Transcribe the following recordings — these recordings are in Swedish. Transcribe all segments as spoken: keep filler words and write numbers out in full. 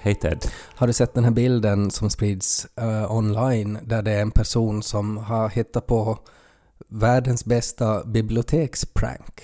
Hej Ted. Har du sett den här bilden som sprids uh, online där det är en person som har hittat på världens bästa biblioteksprank?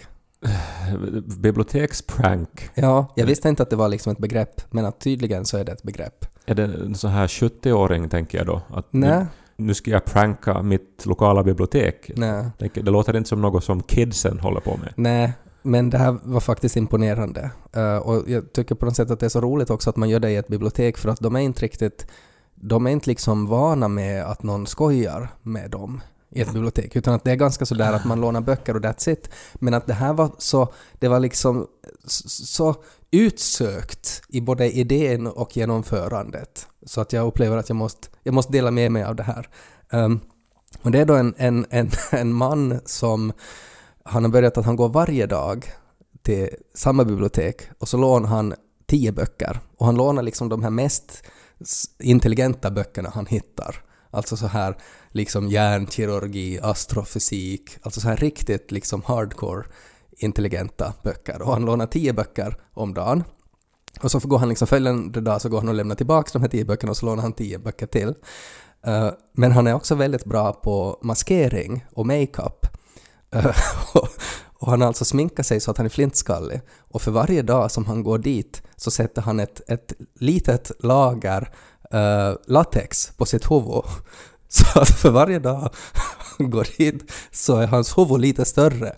Biblioteksprank? Ja, jag visste inte att det var liksom ett begrepp, men att tydligen så är det ett begrepp. Är det en så här sjuttio-åring, tänker jag då? Att Nej. Nu, nu ska jag pranka mitt lokala bibliotek. Nej. Det låter inte som något som kidsen håller på med. Nej, men det här var faktiskt imponerande. Uh, och jag tycker på något sätt att det är så roligt också att man gör det i ett bibliotek, för att de är inte riktigt, de är inte liksom vana med att någon skojar med dem i ett bibliotek, utan att det är ganska så där att man lånar böcker och that's it. Men att det här var så, det var liksom så utsökt i både idén och genomförandet, så att jag upplever att jag måste, jag måste dela med mig av det här. Um, och det är då en, en, en, en man som han har börjat att han går varje dag till samma bibliotek och så lånar han tio böcker. Och han lånar liksom de här mest intelligenta böckerna han hittar. Alltså så här liksom hjärnkirurgi, astrofysik, alltså så här riktigt liksom hardcore intelligenta böcker. Och han lånar tio böcker om dagen. Och så går han liksom följande dag så går han och lämnar tillbaka de här tio böckerna och så lånar han tio böcker till. Uh, men han är också väldigt bra på maskering och makeup. Uh, och, och han har alltså sminkat sig så att han är flintskallig. Och för varje dag som han går dit så sätter han ett, ett litet lager uh, latex på sitt huvud. Så att för varje dag han går dit så är hans huvud lite större.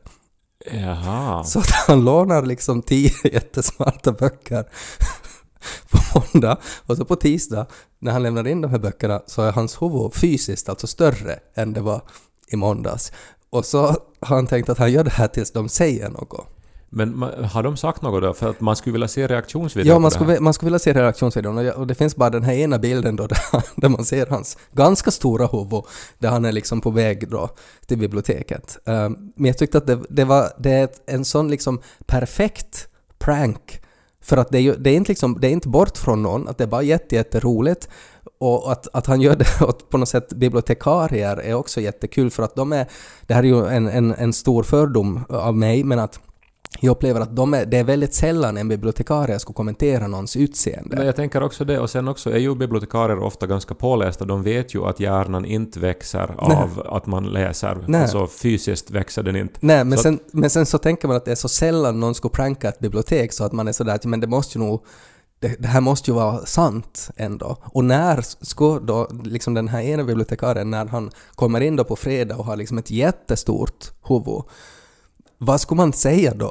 Jaha. Så att han lånar liksom tio jättesmarta böcker på måndag, och så på tisdag när han lämnar in de här böckerna så är hans huvud fysiskt alltså större än det var i måndags. Och så har han tänkt att han gör det här tills de säger något. Men har de sagt något då? För att man skulle vilja se reaktionsvideon. Ja, man skulle, man skulle vilja se reaktionsvideon. Och det finns bara den här ena bilden då där, där man ser hans ganska stora huvud där han är liksom på väg då till biblioteket. Um, men jag tyckte att det, det var det är en sån liksom perfekt prank. För att det är, ju, det är, inte, liksom, det är inte bort från någon, att det är bara jätte, jätteroligt. Och att, att han gör det åt på något sätt bibliotekarier är också jättekul, för att de är, det här är ju en, en, en stor fördom av mig, men att jag upplever att de är, det är väldigt sällan en bibliotekarie ska kommentera någons utseende. Men jag tänker också det, och sen också är ju bibliotekarier ofta ganska pålästa. De vet ju att hjärnan inte växer av Nej. att man läser. Nej. Alltså fysiskt växer den inte. Nej, men, så sen, att, men sen så tänker man att det är så sällan någon ska pranka ett bibliotek, så att man är sådär att men det måste ju nog Det, det här måste ju vara sant ändå. Och när ska då liksom den här ena bibliotekarien, när han kommer in då på fredag och har liksom ett jättestort huvud, vad ska man säga då?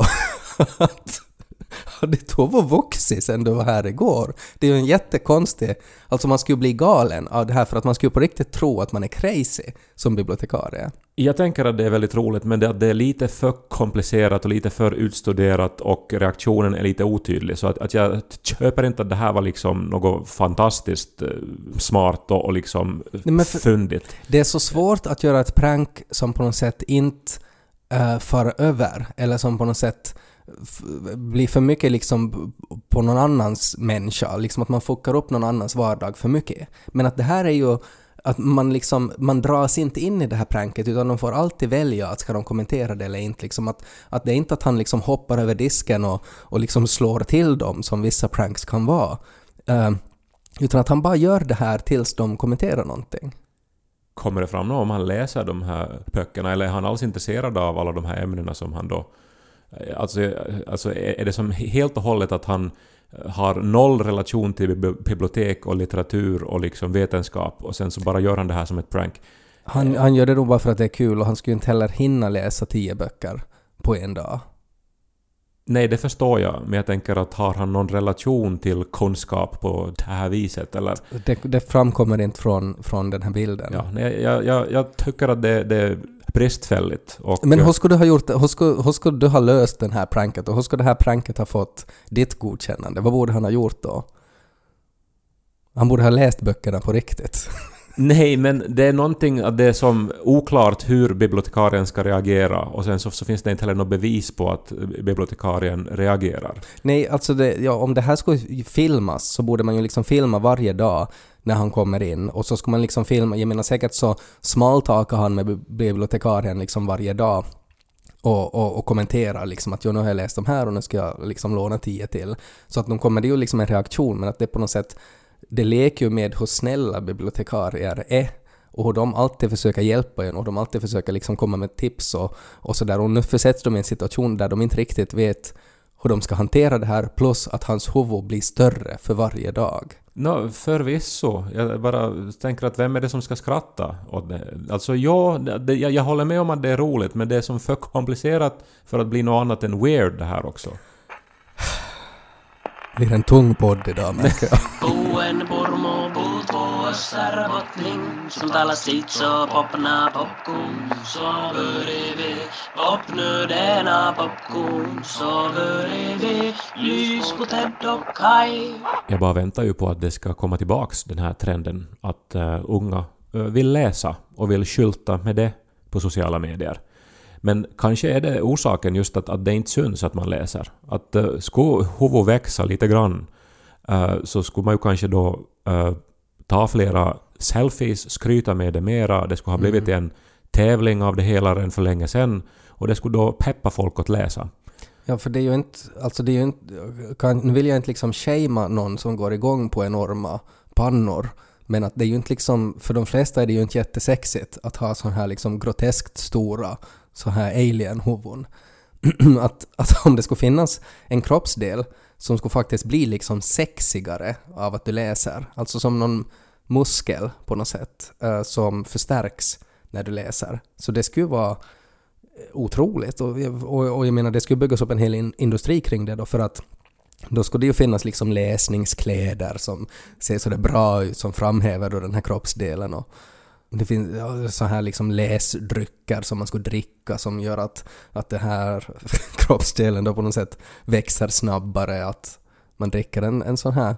Att har ditt huvud vuxit sen du var här igår? Det är ju en jättekonstig, alltså man skulle bli galen av det här, för att man skulle på riktigt tro att man är crazy som bibliotekarie. Jag tänker att det är väldigt roligt, men det, det är lite för komplicerat och lite för utstuderat, och reaktionen är lite otydlig. Så att, att jag köper inte att det här var liksom något fantastiskt eh, smart och, och liksom Nej, fundigt. Det är så svårt att göra ett prank som på något sätt inte uh, far över, eller som på något sätt f- blir för mycket liksom på någon annans människa. Liksom att man fuckar upp någon annans vardag för mycket. Men att det här är ju att man liksom, man dras inte in i det här pranket, utan de får alltid välja att ska de kommentera det eller inte. Liksom att, att det är inte att han liksom hoppar över disken och, och liksom slår till dem som vissa pranks kan vara. Uh, utan att han bara gör det här tills de kommenterar någonting. Kommer det fram någon om han läser de här böckerna, eller är han alls intresserad av alla de här ämnena som han då... Alltså, alltså är det som helt och hållet att han har noll relation till bibliotek och litteratur och liksom vetenskap, och sen så bara gör han det här som ett prank? Han, han gör det nog bara för att det är kul, och han skulle inte heller hinna läsa tio böcker på en dag. Nej, det förstår jag, men jag tänker att har han någon relation till kunskap på det här viset, eller? Det, det framkommer inte från, från den här bilden. Ja, nej, jag, jag, jag tycker att det, det är bristfälligt. Och men hur skulle du ha gjort, hur skulle, hur skulle du ha löst den här pranket, och hur skulle det här pranket ha fått ditt godkännande? Vad borde han ha gjort då? Han borde ha läst böckerna på riktigt. Nej, men det är någonting att det är som oklart hur bibliotekarien ska reagera, och sen så, så finns det inte heller något bevis på att bibliotekarien reagerar. Nej, alltså det, ja, om det här skulle filmas så borde man ju liksom filma varje dag när han kommer in, och så ska man liksom filma, jag menar säkert så smalltalkar han med bibliotekarien liksom varje dag och, och, och kommenterar liksom att jo, nu har jag läst de här och nu ska jag liksom låna tio till. Så att de kommer, det är ju liksom en reaktion, men att det på något sätt, det leker ju med hur snälla bibliotekarier är och hur de alltid försöker hjälpa en och de alltid försöker liksom komma med tips och, och sådär. Och nu försätts de i en situation där de inte riktigt vet hur de ska hantera det här, plus att hans huvud blir större för varje dag. No, förvisso. Jag bara tänker att vem är det som ska skratta åt det? Alltså ja, det, jag, jag håller med om att det är roligt, men det är som för komplicerat för att bli något annat än weird det här också. Det blir en tung podd idag, märker jag. Buen pormo puutuossa botling, som talar sitt så popna popcorn, så bredvid popnöderna popcorn, så bredvid lys på Ted och Kai. Jag bara väntar ju på att det ska komma tillbaks den här trenden att uh, unga uh, vill läsa och vill skylta med det på sociala medier. Men kanske är det orsaken just att, att det inte syns att man läser. Att uh, skulle huvudet växa lite grann uh, så skulle man ju kanske då uh, ta flera selfies, skryta med det mera. Det skulle ha blivit mm. en tävling av det hela redan för länge sedan. Och det skulle då peppa folk att läsa. Ja, för det är ju inte, alltså det är ju inte, kan, nu vill jag inte liksom shama någon som går igång på enorma pannor. Men att det är ju inte liksom, för de flesta är det ju inte jättesexigt att ha så här liksom groteskt stora så här alien-huvuden. att, att om det skulle finnas en kroppsdel som skulle faktiskt bli liksom sexigare av att du läser, alltså som någon muskel på något sätt uh, som förstärks när du läser. Så det skulle vara otroligt och, och, och jag menar det skulle byggas upp en hel in, industri kring det då, för att då skulle det ju finnas liksom läsningskläder som ser så det bra ut, som framhäver då den här kroppsdelen, och det finns ja, så här liksom läsdrycker som man skulle dricka som gör att, att det här kroppsdelen då på något sätt växer snabbare, att man dricker en, en sån här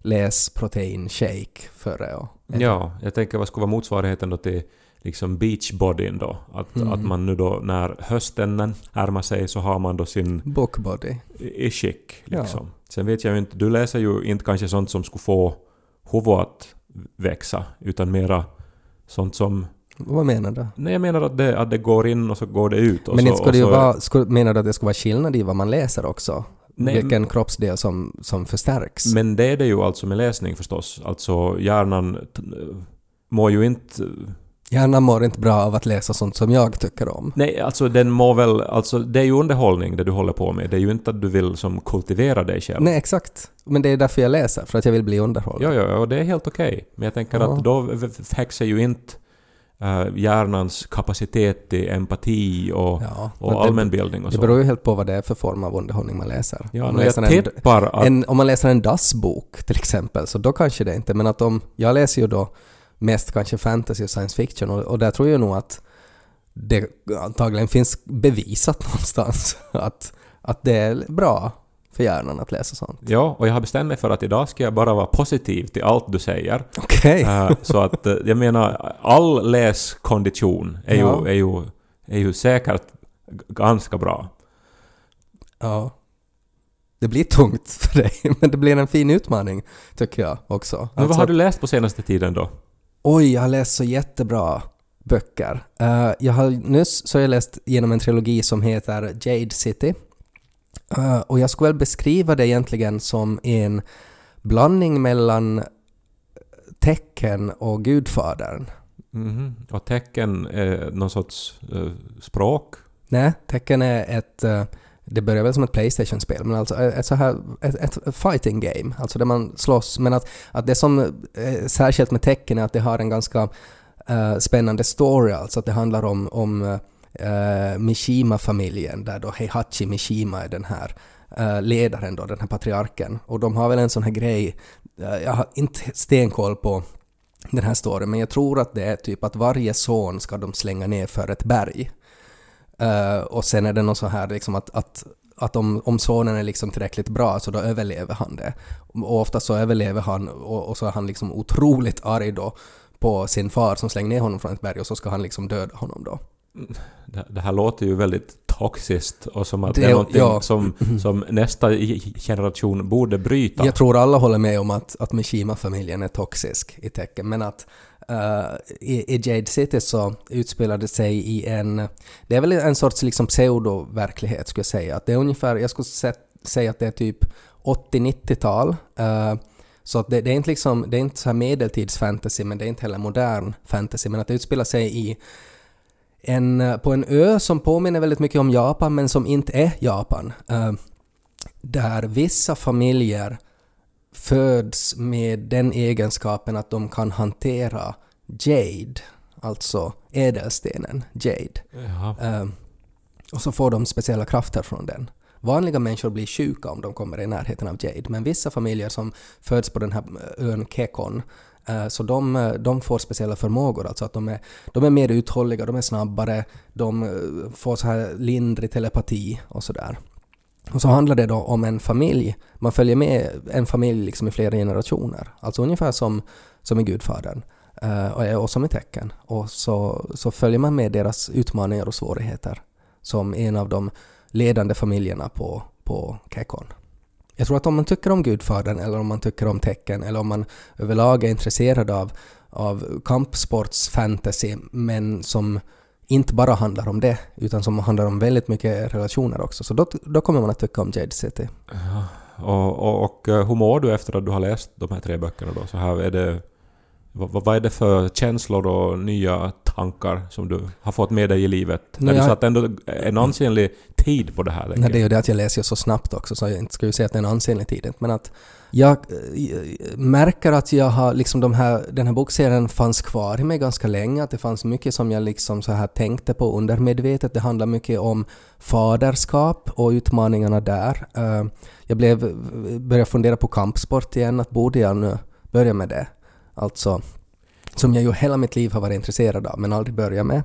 läsproteinshake före. Och, ja, jag tänker vad skulle vara motsvarigheten då till liksom beachbodyn då, att, mm. att man nu då när hösten närmar sig så har man då sin bookbody i skick liksom. Ja. Sen vet jag ju inte, du läser ju inte kanske sånt som skulle få huvudet att växa, utan mera sånt som... Vad menar du? Nej, jag menar att det, att det går in och så går det ut. Och men så, inte skulle det ju så, vara, skulle, menar du att det ska vara skillnad i vad man läser också? Nej, vilken kroppsdel som, som förstärks? Men det är det ju alltså med läsning förstås. Alltså hjärnan t- mår ju inte... Hjärnan mår inte bra av att läsa sånt som jag tycker om. Nej, alltså den mår väl... Alltså det är ju underhållning det du håller på med. Det är ju inte att du vill som kultivera dig själv. Nej, exakt. Men det är därför jag läser. För att jag vill bli underhållen. Ja, ja, och det är helt okej. Okay. Men jag tänker ja. att då växer ju inte uh, hjärnans kapacitet till empati och, ja, och allmänbildning och det så. Det beror ju helt på vad det är för form av underhållning man läser. Ja, om, man läser jag tippar en, att... en, om man läser en dassbok till exempel, så då kanske det inte. Men att om... Jag läser ju då mest kanske fantasy och science fiction, och, och där tror jag nog att det antagligen finns bevisat någonstans att, att det är bra för hjärnan att läsa sånt. Ja, och jag har bestämt mig för att idag ska jag bara vara positiv till allt du säger. Okej. Okay. Uh, så att uh, jag menar, all läskondition är, ja. ju, är, ju, är ju säkert g- ganska bra. Ja. Det blir tungt för dig, men det blir en fin utmaning tycker jag också. Men alltså, vad har du läst på senaste tiden då? Oj, jag har läst så jättebra böcker. Uh, jag har nyss så har jag läst genom en trilogi som heter Jade City. Uh, och jag skulle väl beskriva det egentligen som en blandning mellan Tecken och Gudfadern. Mm-hmm. Och Tecken är någon sorts uh, språk? Nej, Tecken är ett... Uh, det börjar väl som ett PlayStation-spel, men alltså ett så här ett, ett fighting game, alltså där man slåss, men att, att det som är särskilt med Tekken är att det har en ganska uh, spännande story, alltså att det handlar om, om uh, Mishima-familjen, där då Heihachi Mishima är den här uh, ledaren då, den här patriarken, och de har väl en sån här grej, uh, jag har inte stenkoll på den här storyn, men jag tror att det är typ att varje son ska de slänga ner för ett berg. Uh, och sen är det något så här liksom att, att, att om, om sonen är liksom tillräckligt bra så då överlever han det. Och ofta så överlever han och, och så är han liksom otroligt arg då på sin far som slänger ner honom från ett berg, och så ska han liksom döda honom då. Det, det här låter ju väldigt toxiskt och som att det, det är någonting ja. som, som nästa generation borde bryta. Jag tror alla håller med om att, att Mishima-familjen är toxisk i Tecken, men att uh, i, i Jade City så utspelade sig i en, det är väl en sorts liksom pseudo-verklighet skulle jag säga. Att det är ungefär, jag skulle sä, säga att det är typ åttio-nittiotal. Uh, så att det, det är inte liksom, det är inte så här medeltidsfantasy, men det är inte heller modern fantasy, men att det utspelar sig i en, på en ö som påminner väldigt mycket om Japan, men som inte är Japan. Uh, där vissa familjer föds med den egenskapen att de kan hantera jade, alltså ädelstenen jade. Uh, och så får de speciella krafter från den. Vanliga människor blir sjuka om de kommer i närheten av jade, men vissa familjer som föds på den här ön Kekon, uh, så de, de får speciella förmågor, alltså att de är, de är mer uthålliga, de är snabbare, de får så här lindrig telepati och sådär. Och så handlar det då om en familj. Man följer med en familj liksom i flera generationer. Alltså ungefär som, som i Gudfadern uh, och, och som i Tecken. Och så, så följer man med deras utmaningar och svårigheter som en av de ledande familjerna på, på Kekon. Jag tror att om man tycker om Gudfadern eller om man tycker om Tecken eller om man överlag är intresserad av, av kampsportsfantasy, men som inte bara handlar om det, utan som handlar om väldigt mycket relationer också. Så då, då kommer man att tycka om Jade City. Ja, och, och, och hur mår du efter att du har läst de här tre böckerna då? Så här är det, vad, vad är det för känslor och nya tankar som du har fått med dig i livet? Nej, när du jag... satt ändå en ansenlig tid på det här. Nej, det är ju det att jag läser så snabbt också, så jag inte ska ju säga att det är en ansenlig tid. Men att jag märker att jag har liksom de här, den här bokserien fanns kvar i mig ganska länge, att det fanns mycket som jag liksom så här tänkte på undermedvetet. Det handlar mycket om faderskap och utmaningarna där. Jag blev, började fundera på kampsport igen, att borde jag nu börja med det? Alltså, som jag ju hela mitt liv har varit intresserad av men aldrig börjat med.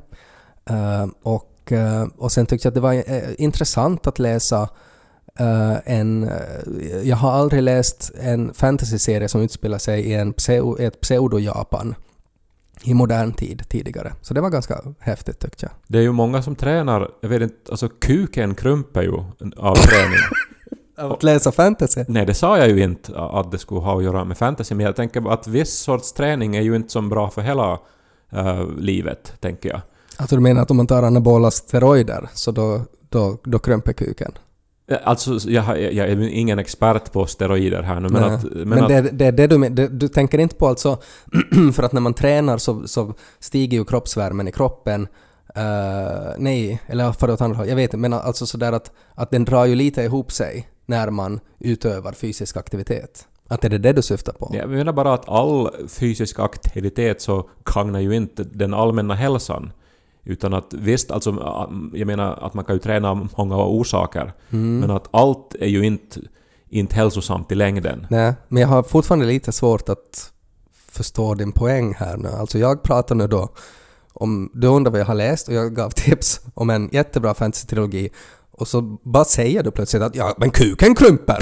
Och, och sen tyckte jag att det var intressant att läsa Uh, en, uh, jag har aldrig läst en fantasy-serie som utspelar sig i en pseu, ett pseudo-Japan i modern tid tidigare. Så det var ganska häftigt tyckte jag. Det är ju många som tränar, jag vet inte, alltså kuken krymper ju av träning. Att läsa fantasy? Nej, det sa jag ju inte att det skulle ha att göra med fantasy, men jag tänker att viss sorts träning är ju inte så bra för hela uh, livet, tänker jag. Alltså du menar att om man tar anabola steroider så då, då, då krymper kuken? Alltså, jag, jag är ingen expert på steroider här nu, men nej, att... Men, men det, att, det, det du, det, du tänker inte på alltså, för att när man tränar så, så stiger ju kroppsvärmen i kroppen. Uh, nej, eller för att andra, jag vet inte, men alltså sådär att, att den drar ju lite ihop sig när man utövar fysisk aktivitet. Att är det det du syftar på? Jag menar bara att all fysisk aktivitet så gagnar ju inte den allmänna hälsan. Utan att visst, alltså, jag menar att man kan ju träna många orsaker. Mm. Men att allt är ju inte, inte hälsosamt i längden. Nej, men jag har fortfarande lite svårt att förstå din poäng här nu. Alltså jag pratar nu då om, du undrar vad jag har läst och jag gav tips om en jättebra fantasy-trilogi. Och så bara säger du plötsligt att ja, men kuken krymper.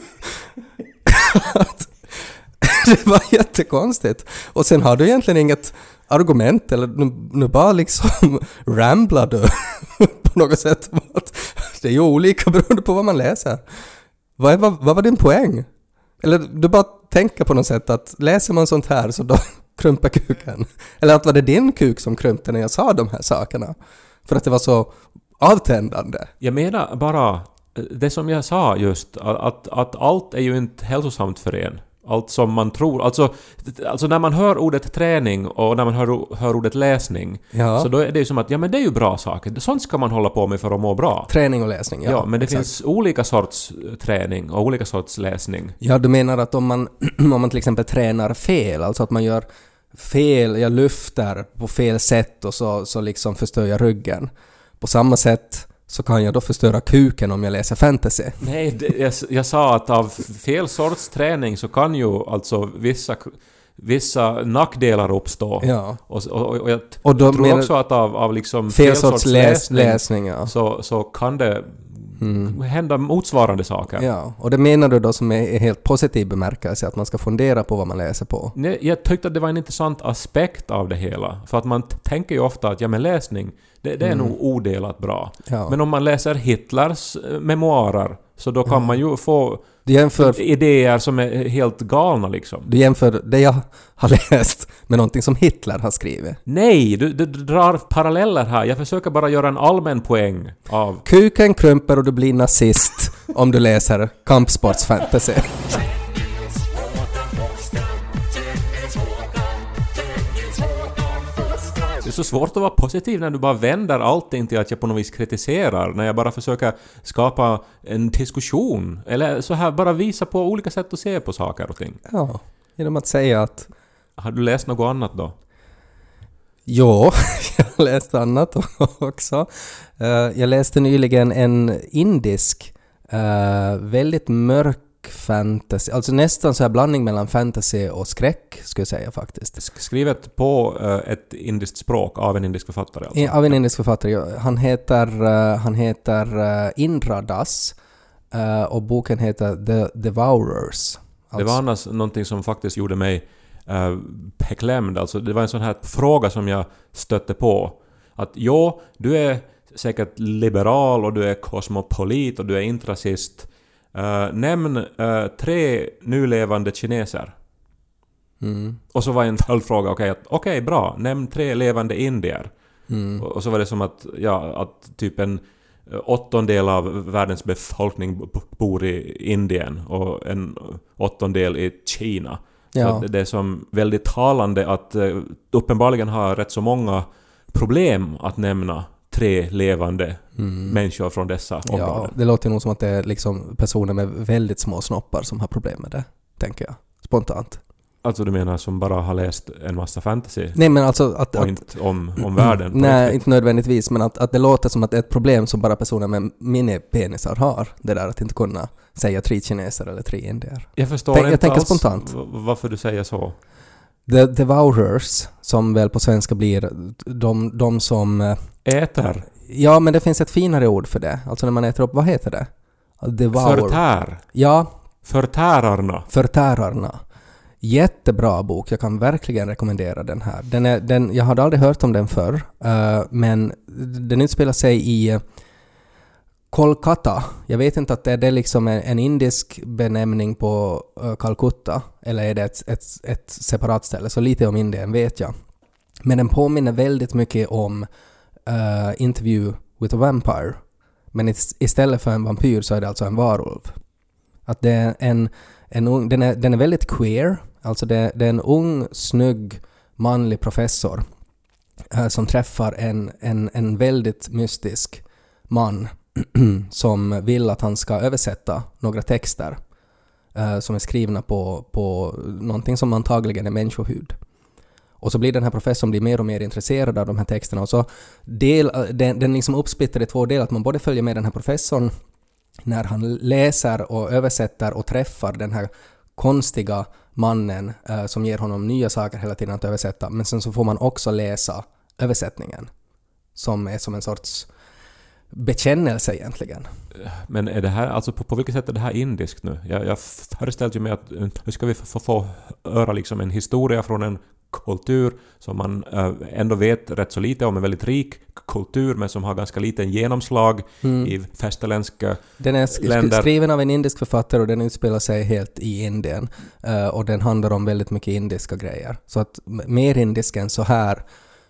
Det var jättekonstigt. Och sen har du egentligen inget argument eller nu, nu bara liksom ramblar du på något sätt. Det är ju olika beroende på vad man läser. Vad, är, vad, vad var din poäng? Eller du bara tänker på något sätt att läser man sånt här så då krymper kuken. Eller att var det din kuk som krympte när jag sa de här sakerna? För att det var så avtändande. Jag menar bara det som jag sa just, att, att allt är ju inte hälsosamt för en. Allt som man tror. Alltså, alltså när man hör ordet träning och när man hör, hör ordet läsning, ja. Så då är det ju som att ja, men det är ju bra saker. Sånt ska man hålla på med för att må bra. Träning och läsning, ja. Ja, men det exakt. finns olika sorts träning och olika sorts läsning. Ja, du menar att om man, om man till exempel tränar fel, alltså att man gör fel, jag lyfter på fel sätt och så, så liksom förstör jag ryggen. På samma sätt så kan jag då förstöra kuken om jag läser fantasy. Nej, det, jag, jag sa att av fel sorts träning så kan ju alltså vissa, vissa nackdelar uppstå. Ja. Och, och, och jag och då tror också att av, av liksom fel, fel sorts läs, läsning, läsning ja. så, så kan det mm. hända motsvarande saker. Ja, och det menar du då som är helt positiv bemärkelse, att man ska fundera på vad man läser på? Nej, jag tyckte att det var en intressant aspekt av det hela. För att man t- tänker ju ofta att ja, men läsning, det, det är mm. nog odelat bra. Ja. Men om man läser Hitlers memoarer Så då kan mm. man ju få du jämför, idéer som är helt galna liksom. Du jämför det jag har läst med någonting som Hitler har skrivit. Nej, du, du, du drar paralleller här. Jag försöker bara göra en allmän poäng av... Kuken krymper och du blir nazist om du läser kampsportsfantasy. Det är så svårt att vara positiv när du bara vänder allting till att jag på något vis kritiserar. När jag bara försöker skapa en diskussion. Eller så här bara visa på olika sätt att se på saker och ting. Ja, genom att säga att... Har du läst något annat då? Jo, jag har läst annat också. Jag läste nyligen en indisk, väldigt mörk fantasy, alltså nästan så här blandning mellan fantasy och skräck skulle jag säga faktiskt. Skrivet på uh, ett indiskt språk av en indisk författare alltså. I, av en indisk författare. Han heter, uh, han heter uh, Indra Das uh, och boken heter The Devourers. Alltså. Det var annars någonting som faktiskt gjorde mig uh, beklämd. Alltså det var en sån här fråga som jag stötte på. Att jo, du är säkert liberal och du är kosmopolit och du är inte rasist. Uh, nämn uh, tre nulevande kineser. Mm. Och så var en följdfråga, okej, okay, okay, bra, nämn tre levande indier. Mm. Och, och så var det som att, ja, att typ en åttondel av världens befolkning b- bor i Indien och en åttondel i Kina. Ja. Så det, det är som väldigt talande att uh, uppenbarligen har rätt så många problem att nämna tre levande mm. människor från dessa områden. Ja, det låter nog som att det är liksom personer med väldigt små snoppar som har problem med det, tänker jag. Spontant. Alltså du menar som bara har läst en massa fantasy? Nej, men alltså att... Och att, inte om, om världen? Nej, riktigt. inte nödvändigtvis, men att, att det låter som att det är ett problem som bara personer med minipenisar har. Det där att inte kunna säga tre kineser eller tre indier. Jag förstår Tänk, inte jag tänker alls spontant. varför du säger så. The Devourers, som väl på svenska blir de, de som... Äter? Ja, men det finns ett finare ord för det. Alltså när man äter upp, vad heter det? Devour. Förtär? Ja. Förtärarna? Förtärarna. Jättebra bok. Jag kan verkligen rekommendera den här. Den är, den, jag hade aldrig hört om den förr, uh, men den utspelar sig i uh, Kolkata. Jag vet inte att det är det liksom en, en indisk benämning på uh, Calcutta, eller är det ett, ett, ett separat ställe. Så lite om Indien vet jag. Men den påminner väldigt mycket om uh, Interview with a Vampire. Men istället för en vampyr så är det alltså en varulv. Att det är en, en ung, den, är, den är väldigt queer. Alltså det, det är en ung, snygg, manlig professor uh, som träffar en, en, en väldigt mystisk man som vill att han ska översätta några texter uh, som är skrivna på, på någonting som antagligen är människohud. Och så blir den här professorn blir mer och mer intresserad av de här texterna. Och så del, den, den liksom uppsplittrar i två delar. Att man både följer med den här professorn när han läser och översätter och träffar den här konstiga mannen eh, som ger honom nya saker hela tiden att översätta. Men sen så får man också läsa översättningen som är som en sorts bekännelse egentligen. Men är det här, alltså på, på vilket sätt är det här indiskt nu? Jag, jag föreställde mig att hur ska vi få, få höra liksom en historia från en kultur som man äh, ändå vet rätt så lite om, en väldigt rik kultur men som har ganska liten genomslag mm. i västerländska den är sk- länder. Skriven av en indisk författare och den utspelar sig helt i Indien uh, och den handlar om väldigt mycket indiska grejer. Så att mer indisk än så här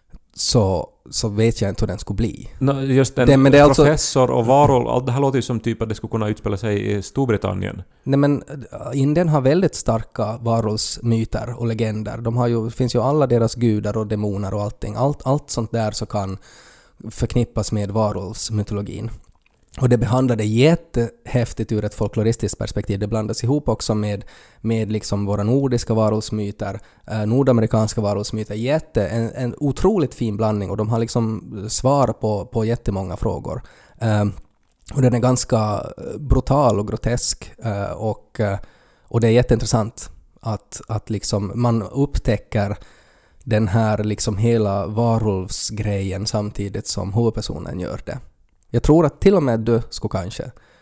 så, så vet jag inte hur den skulle bli. No, just en det, men det är professor alltså, och varulv, allt det här låter ju som typ att det skulle kunna utspela sig i Storbritannien. Nej, men Indien har väldigt starka varulvsmyter och legender. De har ju, det finns ju alla deras gudar och demoner och allting. Allt, allt sånt där så kan förknippas med varulvsmytologin. Och det behandlade jättehäftigt ur ett folkloristiskt perspektiv. Det blandas ihop också med, med liksom våra nordiska varulvsmyter, eh, nordamerikanska varulvsmyter. Jätte, en, en otroligt fin blandning och de har liksom svar på, på jättemånga frågor. Eh, och den är ganska brutal och grotesk eh, och, eh, och det är jätteintressant att, att liksom man upptäcker den här liksom hela varulvsgrejen samtidigt som huvudpersonen gör det. Jag tror att till och med du skulle kanske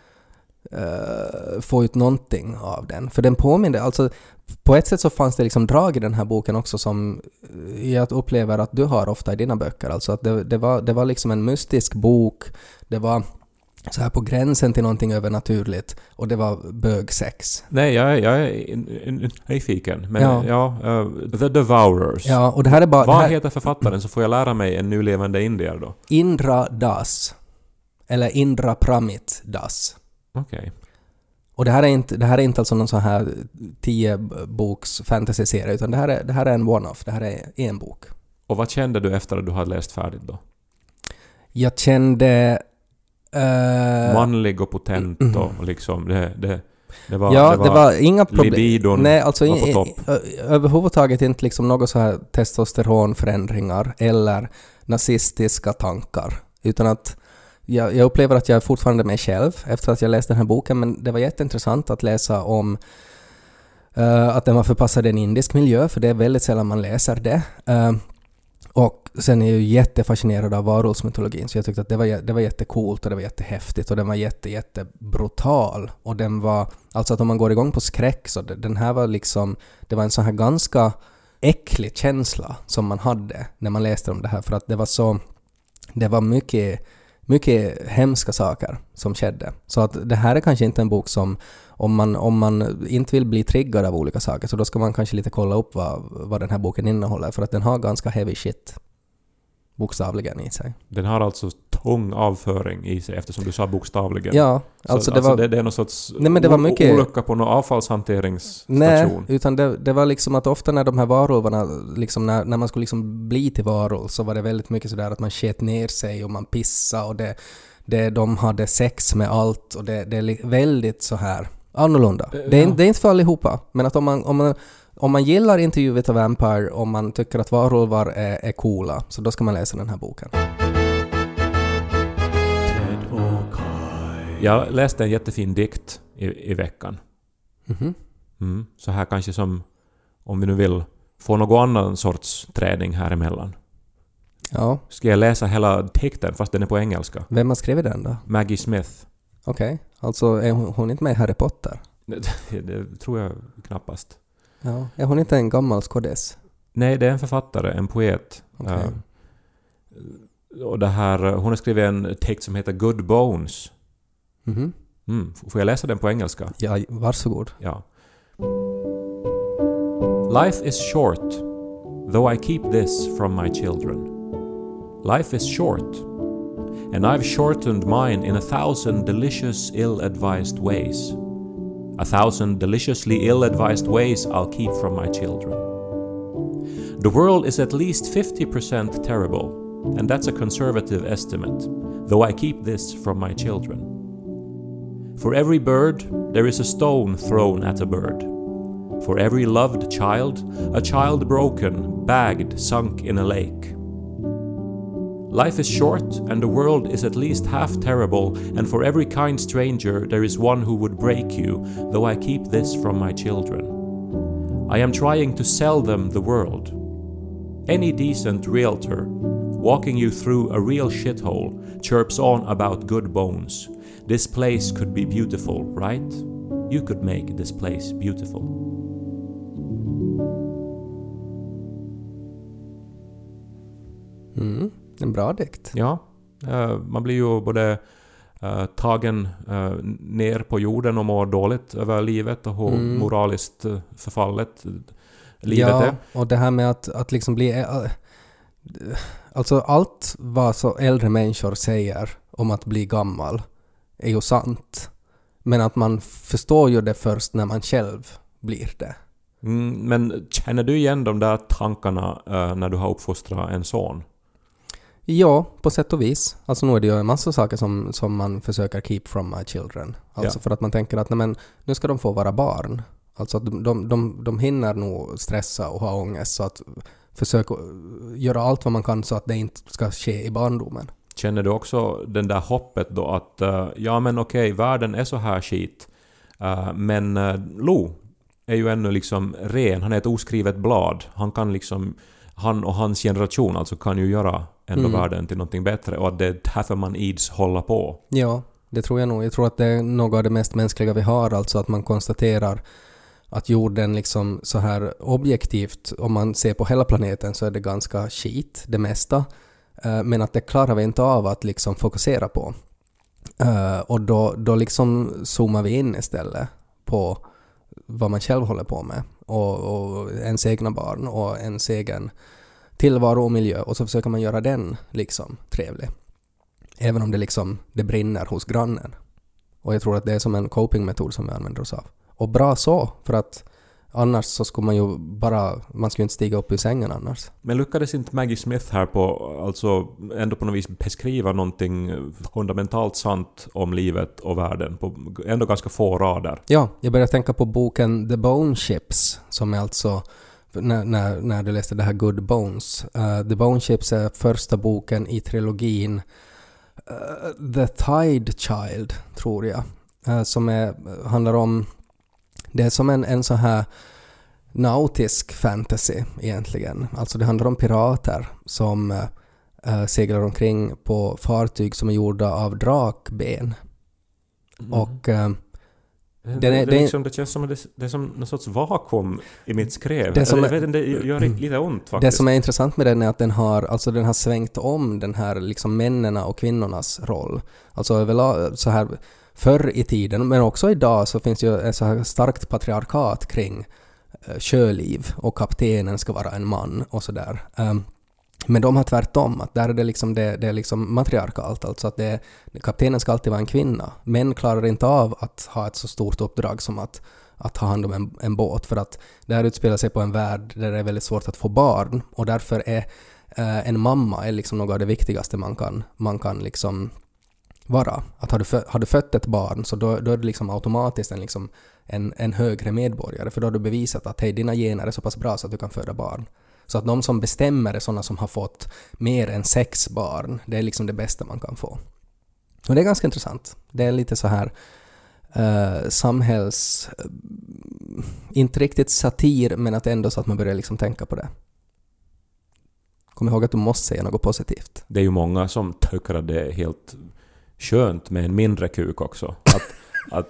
uh, få ut någonting av den. För den påminner, alltså på ett sätt så fanns det liksom drag i den här boken också som jag upplever att du har ofta i dina böcker. Alltså att det, det, var, det var liksom en mystisk bok, det var så här på gränsen till någonting övernaturligt, och det var bögsex. Nej, jag, jag är nyfiken. Men ja, Ja. uh, The Devourers. Ja, och det här är bara... Vad det här, heter författaren, så får jag lära mig en nu levande indier då? Indra Das. Eller Indra Pramit Das. Okej. Okay. Och det här är inte, det här är inte alltså någon sån här tio boks fantasy-serie, utan det här är, det här är en one-off. Det här är en bok. Och vad kände du efter att du hade läst färdigt då? Jag kände... Uh, Manlig och potent och liksom det, det, det var, ja, det var, det var inga problem. Libidon Nej, alltså var på topp. Överhuvudtaget inte liksom något så här testosteronförändringar eller nazistiska tankar, utan att jag, jag upplever att jag är fortfarande mig själv efter att jag läste den här boken, men det var jätteintressant att läsa om uh, att den var förpassad i en indisk miljö, för det är väldigt sällan man läser det. Uh, Och sen är jag ju jättefascinerad av varulvsmytologin, så jag tyckte att det var, det var jättecoolt och det var jättehäftigt och den var jätte, jättebrutal. Och den var, alltså att om man går igång på skräck, så det, den här var liksom, det var en sån här ganska äcklig känsla som man hade när man läste om det här, för att det var så, det var mycket, mycket hemska saker som skedde. Så att det här är kanske inte en bok som, om man, om man inte vill bli triggad av olika saker, så då ska man kanske lite kolla upp vad, vad den här boken innehåller, för att den har ganska heavy shit bokstavligen i sig. Den har alltså tung avföring i sig, eftersom du sa bokstavligen. Ja, alltså, så, det var... Alltså det, det är någon sorts nej, men det var mycket... olycka på någon avfallshanteringsstation. Nej, utan det, det var liksom att ofta när de här varulvarna, liksom när, när man skulle liksom bli till varulv, så var det väldigt mycket sådär att man sket ner sig och man pissade och det, det, de hade sex med allt, och det, det är väldigt så här annorlunda. Ja. Det, är, det är inte för allihopa, men att om man, om man Om man gillar Interview with a Vampire, om man tycker att varulvar är, är coola, så då ska man läsa den här boken. Jag läste en jättefin dikt i, i veckan. Mm-hmm. Mm. Så här kanske som, om vi nu vill få någon annan sorts träning här emellan. Ja. Ska jag läsa hela dikten fast den är på engelska? Vem har skrivit den då? Maggie Smith. Okej, okay. Alltså är hon, hon är inte med i Harry Potter? Det, det tror jag knappast. Ja, är hon inte en gammal skådis? Nej, det är en författare, en poet. Okay. Uh, och det här, hon har skrivit en text som heter Good Bones. Mm-hmm. Mm, får jag läsa den på engelska? Ja, varsågod. Ja. Life is short, though I keep this from my children. Life is short, and I've shortened mine in a thousand delicious ill-advised ways. A thousand deliciously ill-advised ways I'll keep from my children. The world is at least fifty percent terrible, and that's a conservative estimate, though I keep this from my children. For every bird, there is a stone thrown at a bird. For every loved child, a child broken, bagged, sunk in a lake. Life is short, and the world is at least half terrible, and for every kind stranger there is one who would break you, though I keep this from my children. I am trying to sell them the world. Any decent realtor, walking you through a real shithole, chirps on about good bones. This place could be beautiful, right? You could make this place beautiful. Mm. En bra dikt. Ja, uh, man blir ju både uh, tagen uh, ner på jorden och mår dåligt över livet och hur mm. moraliskt uh, förfallet uh, livet ja, är. Ja, och det här med att, att liksom bli... Uh, alltså allt vad så äldre människor säger om att bli gammal är ju sant. Men att man förstår ju det först när man själv blir det. Mm, men känner du igen de där tankarna uh, när du har uppfostrat en son? Ja, på sätt och vis. Alltså nu är det ju en massa saker som, som man försöker keep from my children. Alltså ja. För att man tänker att nej, men, nu ska de få vara barn. Alltså att de, de, de, de hinner nog stressa och ha ångest, så att försöka göra allt vad man kan så att det inte ska ske i barndomen. Känner du också den där hoppet då att uh, ja men okej, världen är så här skit. Uh, men uh, Lo är ju ännu liksom ren. Han är ett oskrivet blad. Han kan liksom, han och hans generation alltså kan ju göra ändå mm. världen till någonting bättre, och att det är därför man ids hålla på. Ja, det tror jag nog. Jag tror att det är något av det mest mänskliga vi har, alltså att man konstaterar att jorden liksom så här objektivt, om man ser på hela planeten, så är det ganska skit, det mesta. Men att det klarar vi inte av att liksom fokusera på. Uh, och då, då liksom zoomar vi in istället på vad man själv håller på med och, och ens egna barn och ens egen tillvaro och miljö, och så försöker man göra den liksom trevlig. Även om det liksom det brinner hos grannen. Och jag tror att det är som en copingmetod som vi använder oss av. Och bra så, för att annars så skulle man ju bara, man skulle inte stiga upp ur sängen annars. Men lyckades inte Maggie Smith här på, alltså ändå på något vis beskriva någonting fundamentalt sant om livet och världen på ändå ganska få rader? Ja, jag började tänka på boken The Bone Ships, som är alltså, när, när, när du läste det här Good Bones. Uh, The Bone Ships är första boken i trilogin uh, The Tide Child, tror jag. Uh, som är, handlar om, det är som en, en så här nautisk fantasy egentligen. Alltså det handlar om pirater som uh, seglar omkring på fartyg som är gjorda av drakben. Mm. Och uh, det, det, är, det, liksom, det känns som det, det är som någon sorts vakuum i mitt skrev. Det, som är, jag vet, det gör lite ont faktiskt. Det som är intressant med den är att den har, alltså den har svängt om den här liksom männena och kvinnornas roll. Alltså överlag så här förr i tiden, men också idag, så finns ju ett så här starkt patriarkat kring uh, sjöliv, och kaptenen ska vara en man och sådär. Um, men de har tvärtom, att där är det liksom, det, det är liksom matriarkalt, alltså att det, kaptenen ska alltid vara en kvinna. Män klarar inte av att ha ett så stort uppdrag som att, att ta hand om en, en båt, för att det här utspelar sig på en värld där det är väldigt svårt att få barn, och därför är uh, en mamma är liksom något av det viktigaste man kan, man kan liksom vara. Att har du, fö- har du fött ett barn, så då, då är det liksom automatiskt en, liksom en, en högre medborgare, för då har du bevisat att hej, dina gener är så pass bra så att du kan föda barn. Så att de som bestämmer är sådana som har fått mer än sex barn. Det är liksom det bästa man kan få. Och det är ganska intressant. Det är lite så här uh, samhälls... Uh, inte riktigt satir, men att ändå så att man börjar liksom tänka på det. Kom ihåg att du måste säga något positivt. Det är ju många som tycker att det är helt skönt med en mindre kuk också. Att... att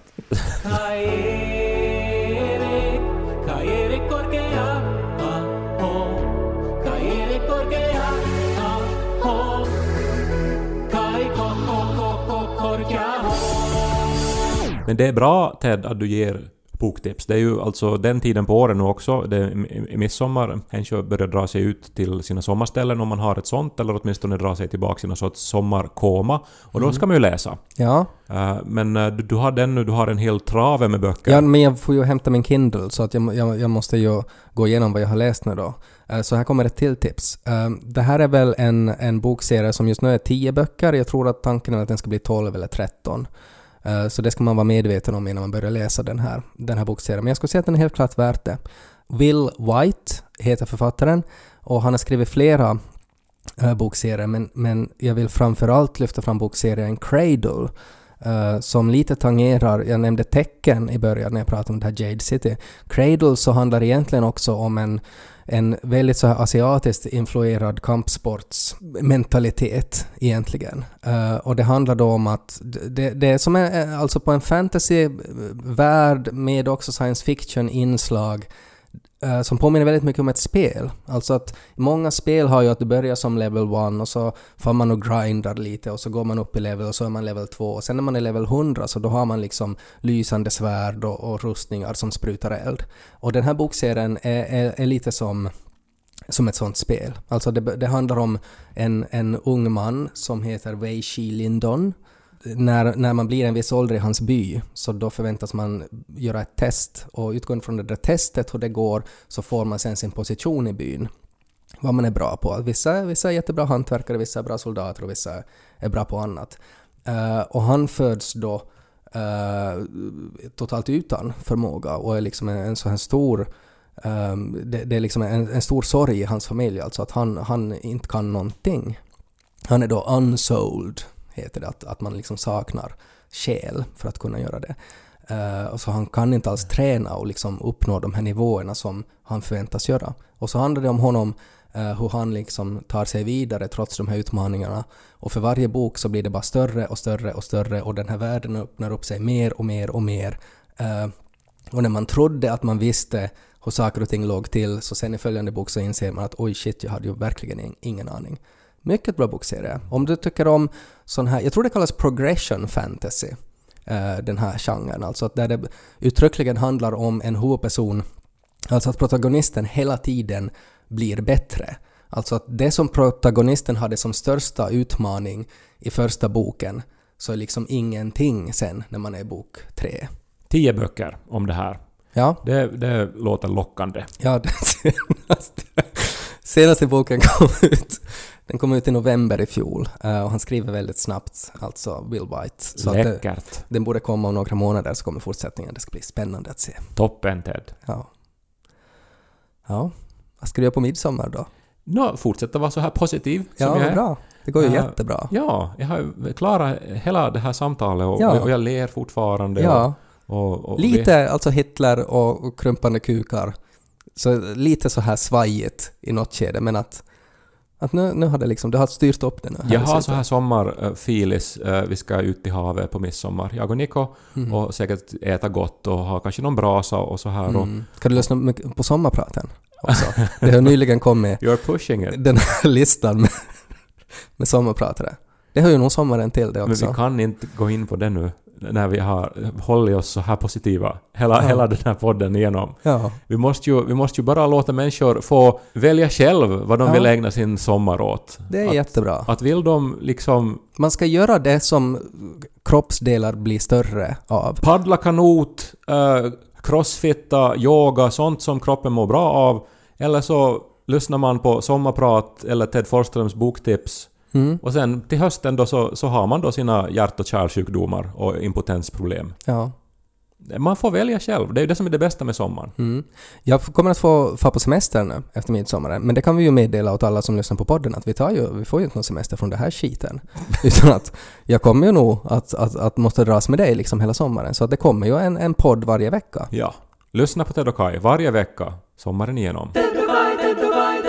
Men det är bra, Ted, att du ger boktips. Det är ju alltså den tiden på året nu också. Det är i midsommar. Människor börjar dra sig ut till sina sommarställen om man har ett sånt, eller åtminstone dra sig tillbaka till något sorts sommarkoma. Och då ska man ju läsa. Ja. Uh, men uh, du, du har den nu, du har en hel trave med böcker. Ja, men jag får ju hämta min Kindle, så att jag, jag, jag måste ju gå igenom vad jag har läst nu då. Uh, så här kommer ett till tips. Uh, det här är väl en, en bokserie som just nu är tio böcker. Jag tror att tanken är att den ska bli tolv eller tretton. Så det ska man vara medveten om innan man börjar läsa den här, den här bokserien. Men jag skulle säga att den är helt klart värt det. Will White heter författaren, och han har skrivit flera äh, bokserier, men, men jag vill framförallt lyfta fram bokserien Cradle, äh, som lite tangerar, jag nämnde tecken i början när jag pratade om det här Jade City. Cradle så handlar egentligen också om en en väldigt så här asiatiskt influerad kampsportsmentalitet egentligen. Uh, och det handlar då om att det, det är som en, alltså på en fantasyvärld med också science fiction inslag uh, som påminner väldigt mycket om ett spel. Alltså att många spel har ju att du börjar som level one och så får man och grindar lite och så går man upp i level och så är man level två, och sen när man är level hundra så då har man liksom lysande svärd och, och rustningar som sprutar eld. Och den här bokserien är, är, är lite som som ett sånt spel. Alltså det, det handlar om en, en ung man som heter Wei Shi Lindon. När, när man blir en viss ålder i hans by, så då förväntas man göra ett test, och utgående från det där testet hur det går så får man sen sin position i byn. Vad man är bra på. Vissa, vissa är jättebra hantverkare, vissa är bra soldater och vissa är bra på annat. Uh, och han föds då uh, totalt utan förmåga och är liksom en, en så här stor um, det, det är liksom en, en stor sorg i hans familj, alltså att han, han inte kan någonting. Han är då unsouled, heter det, att, att man liksom saknar själ för att kunna göra det. Uh, och så han kan inte alls träna och liksom uppnå de här nivåerna som han förväntas göra. Och så handlar det om honom, uh, hur han liksom tar sig vidare trots de här utmaningarna. Och för varje bok så blir det bara större och större och större, och den här världen öppnar upp sig mer och mer och mer. Uh, och när man trodde att man visste hur saker och ting låg till, så sen i följande bok så inser man att oj shit, jag hade ju verkligen ingen aning. Mycket bra bokserie. Om du tycker om sån här, jag tror det kallas progression fantasy, uh, den här genren. Alltså att där det uttryckligen handlar om en huvudperson, alltså att protagonisten hela tiden blir bättre. Alltså att det som protagonisten hade som största utmaning i första boken, så är liksom ingenting sen när man är i bok tre. Tio böcker om det här. Ja. Det, det låter lockande. Ja, den senaste, senaste boken kom ut. Den kom ut i november i fjol. Uh, och han skriver väldigt snabbt, alltså Will White. Så Läckert. Att det, den borde komma om några månader, så kommer fortsättningen. Det ska bli spännande att se. Toppen, Ted. Ja. Ja. Vad ska du göra på midsommar då? Nå, fortsätta vara så här positiv som ja, jag är. Bra. Det går ju uh, jättebra. Ja, jag har klarat hela det här samtalet och, ja. och jag ler fortfarande. Ja. Och, och, och lite, vi... alltså Hitler och, och krumpande kukar. Så lite så här svajigt i något skede, men att Att nu, nu har det liksom, du har styrt upp det nu. Jag har så här sommarfilis. Vi ska ut i havet på midsommar. Jag och Niko. Mm. Och säkert äta gott och ha kanske någon brasa och så här. Mm. Och kan du lyssna på sommarpraten också? Det har nyligen kommit You're pushing it. Den här listan med, med sommarpratare. Det har ju nog sommaren till det också. Men vi kan inte gå in på det nu när vi har hållit oss så här positiva hela, ja. hela den här podden igenom. Ja. Vi, måste ju, vi måste ju bara låta människor få välja själv vad de ja. vill ägna sin sommar åt. Det är att, jättebra. Att vill de liksom... Man ska göra det som kroppsdelar blir större av. Paddla kanot, äh, crossfitta, yoga, sånt som kroppen mår bra av. Eller så lyssnar man på sommarprat eller Ted Forsströms boktips. Mm. Och sen till hösten då så, så har man då sina hjärt- och kärlsjukdomar och impotensproblem. Ja. Man får välja själv. Det är ju det som är det bästa med sommaren. Mm. Jag kommer att få få på semester nu efter midsommaren. Men det kan vi ju meddela åt alla som lyssnar på podden att vi, tar ju, vi får ju inte någon semester från det här skiten. Utan att jag kommer ju nog att, att, att måste dras med dig liksom hela sommaren. Så att det kommer ju en, en podd varje vecka. Ja. Lyssna på Ted och Kai varje vecka. Sommaren igenom. Ted och Kai, Ted och Kai,